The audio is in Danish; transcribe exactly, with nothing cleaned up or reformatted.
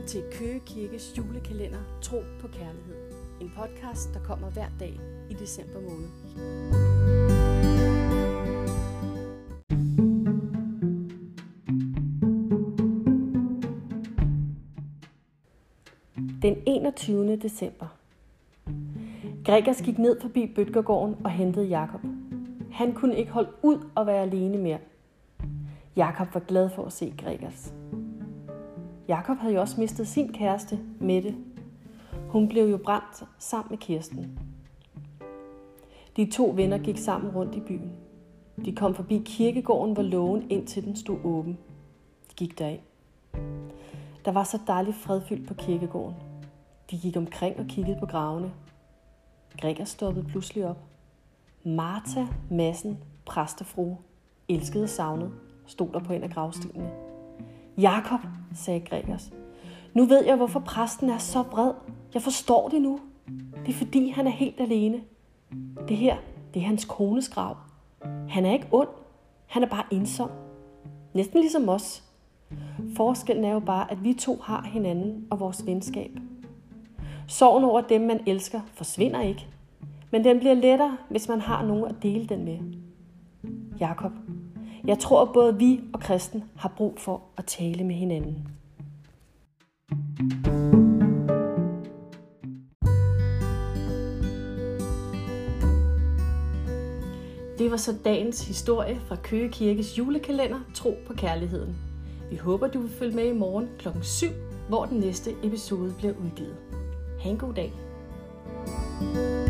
til Køge Kirkes julekalender Tro på Kærlighed. En podcast, der kommer hver dag i december måned. Den enogtyvende december. Gregers gik ned forbi Bøtgergården og hentede Jakob. Han kunne ikke holde ud at være alene mere. Jakob var glad for at se Gregers. Jakob havde jo også mistet sin kæreste, Mette. Hun blev jo brændt sammen med Kirsten. De to venner gik sammen rundt i byen. De kom forbi kirkegården, hvor lågen indtil den stod åben. De gik deraf. Der var så dejligt fredfyldt på kirkegården. De gik omkring og kiggede på gravene. Gregers stoppede pludselig op. Martha Madsen, præstefrue, elskede og savnet, stod der på en af gravstenene. Jakob, sagde Gregers. Nu ved jeg, hvorfor præsten er så vred. Jeg forstår det nu. Det er fordi, han er helt alene. Det her, det er hans kones grav. Han er ikke ond. Han er bare ensom. Næsten ligesom os. Forskellen er jo bare, at vi to har hinanden og vores venskab. Sorgen over dem, man elsker, forsvinder ikke. Men den bliver lettere, hvis man har nogen at dele den med. Jakob, jeg tror, at både vi og Kristen har brug for at tale med hinanden. Det var så dagens historie fra Køge Kirkes julekalender Tro på Kærligheden. Vi håber, du vil følge med i morgen klokken syv, hvor den næste episode bliver udgivet. Ha' en god dag.